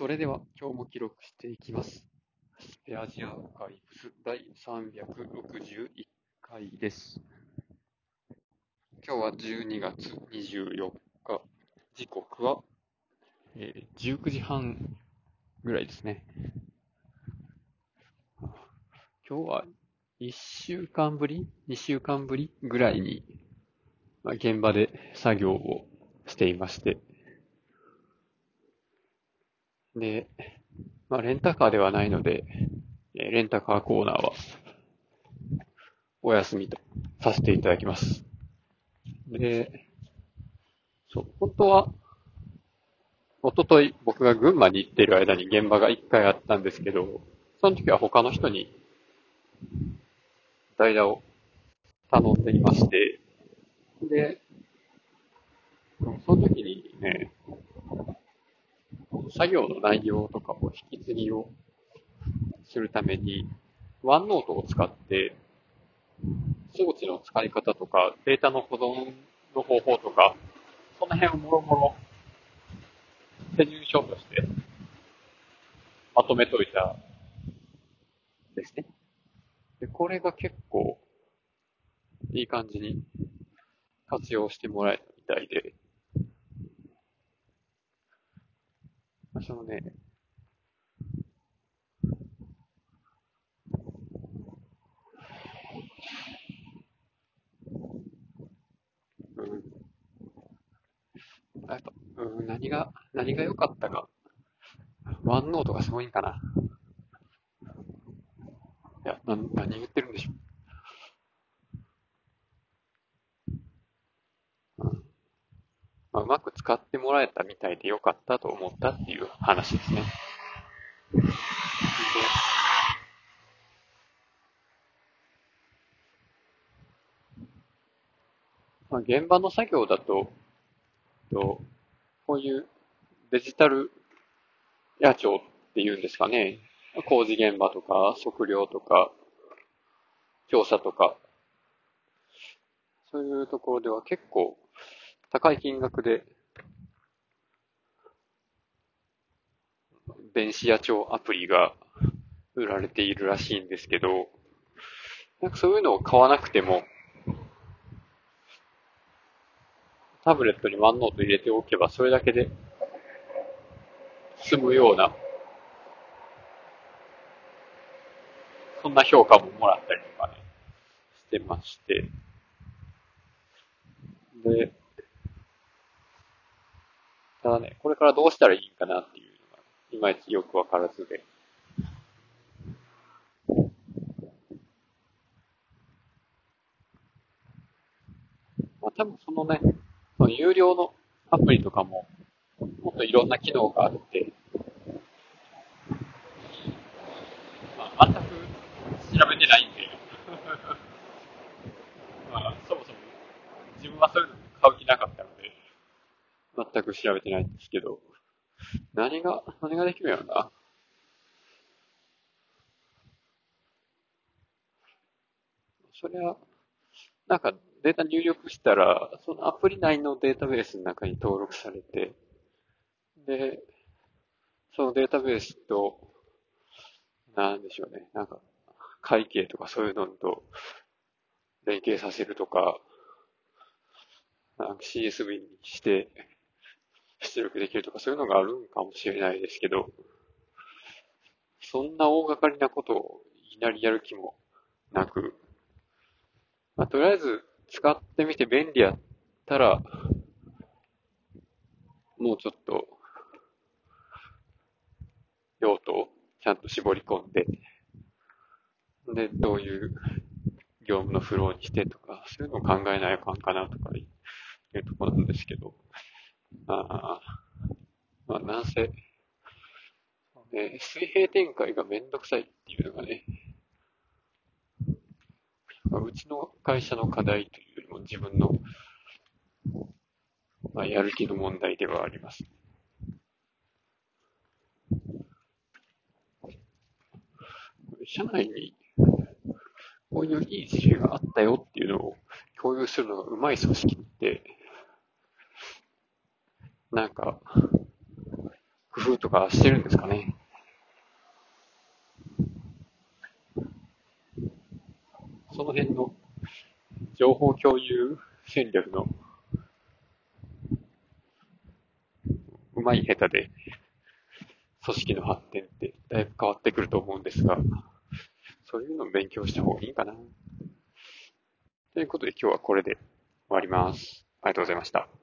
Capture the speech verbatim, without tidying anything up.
それでは今日も記録していきます。スペアジアーカイブス第さんびゃくろくじゅういっかいです。今日はじゅうにがつにじゅうよっか、時刻は、えーじゅうくじはんぐらいですね。今日はいっしゅうかんぶり ?に 週間ぶりぐらいに、まあ、現場で作業をしていまして、で、まあ、レンタカーではないので、えーレンタカーコーナーはお休みとさせていただきます。で、そう、本当は、一昨日僕が群馬に行っている間に現場が一回あったんですけど、その時は他の人に代打を頼んでいまして、で、その時にね、作業の内容とかを引き継ぎをするために、ワンノートを使って、装置の使い方とか、データの保存の方法とか、その辺をもろもろ手順書としてまとめといたんですね。で、これが結構いい感じに活用してもらえたみたいで、そのね、うん、やっぱ、うん、何が、何が良かったか。ワンノートがすごいんかな。いや、な、何言ってるんでしょう。うん、まあ、うまく使ってもらえたみたいで良かったと思ったっていう話ですね。で、まあ、現場の作業だと、とこういうデジタル野鳥っていうんですかね。工事現場とか、測量とか、調査とか、そういうところでは結構高い金額で電子野鳥アプリが売られているらしいんですけど、なんかそういうのを買わなくても、タブレットにワンノート入れておけば、それだけで済むような、そんな評価ももらったりとかね、してまして。で、ただね、これからどうしたらいいんかなっていうのが、いまいちよくわからずで。まあ多分そのね、その有料のアプリとかも、もっといろんな機能があって、まあ、全く調べてないんで、まあ、そもそも自分はそういうの買う気なかったので、全く調べてないんですけど、何が、何ができるんやろな。それは、なんかデータ入力したら、そのアプリ内のデータベースの中に登録されて、で、そのデータベースと、なんでしょうね、なんか、会計とかそういうのと連携させるとか、なんか シーエスブイ にして出力できるとかそういうのがあるんかもしれないですけど、そんな大掛かりなことをいきなりやる気もなく、まあ、とりあえず使ってみて便利やったら、もうちょっと用途をちゃんと絞り込んで、で、どういう業務のフローにしてとか、そういうのを考えないかんかなとかいうところなんですけど、あまあ、なんせ、ね、水平展開がめんどくさいっていうのがね、まあ、うちの会社の課題というよりも自分の、まあ、やる気の問題ではあります。社内にこういういい事例があったよっていうのを共有するのが上手い組織って、なんか、工工夫とかしてるんですかね。その辺の情報共有戦略のうまい下手で組織の発展ってだいぶ変わってくると思うんですが、そういうのを勉強した方がいいかな。ということで今日はこれで終わります。ありがとうございました。